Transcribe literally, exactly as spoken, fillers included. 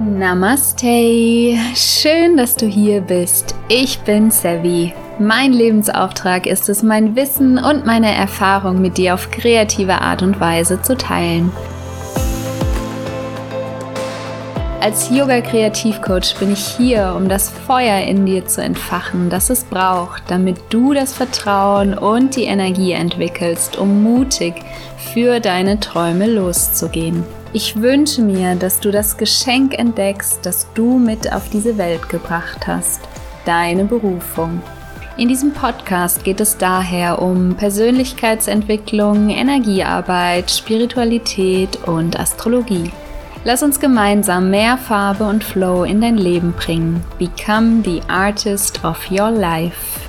Namaste, schön, dass du hier bist. Ich bin Sevi. Mein Lebensauftrag ist es, mein Wissen und meine Erfahrung mit dir auf kreative Art und Weise zu teilen. Als Yoga-Kreativcoach bin ich hier, um das Feuer in dir zu entfachen, das es braucht, damit du das Vertrauen und die Energie entwickelst, um mutig für deine Träume loszugehen. Ich wünsche mir, dass du das Geschenk entdeckst, das du mit auf diese Welt gebracht hast, deine Berufung. In diesem Podcast geht es daher um Persönlichkeitsentwicklung, Energiearbeit, Spiritualität und Astrologie. Lass uns gemeinsam mehr Farbe und Flow in dein Leben bringen. Become the artist of your life.